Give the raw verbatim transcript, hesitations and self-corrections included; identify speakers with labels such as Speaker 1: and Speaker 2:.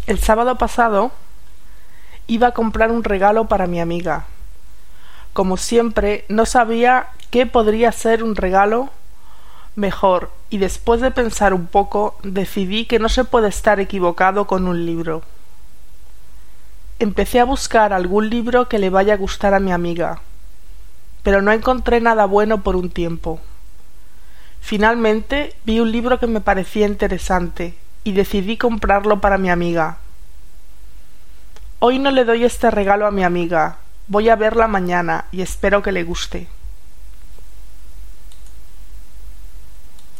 Speaker 1: El sábado pasado iba a comprar un regalo para mi amiga. Como siempre, no sabía qué podría ser un regalo mejor, y después de pensar un poco, decidí que no se puede estar equivocado con un libro. Empecé a buscar algún libro que le vaya a gustar a mi amiga, pero no encontré nada bueno por un tiempo. Finalmente vi un libro que me parecía interesante y decidí comprarlo para mi amiga. Hoy no le doy este regalo a mi amiga, voy a verla mañana y espero que le guste.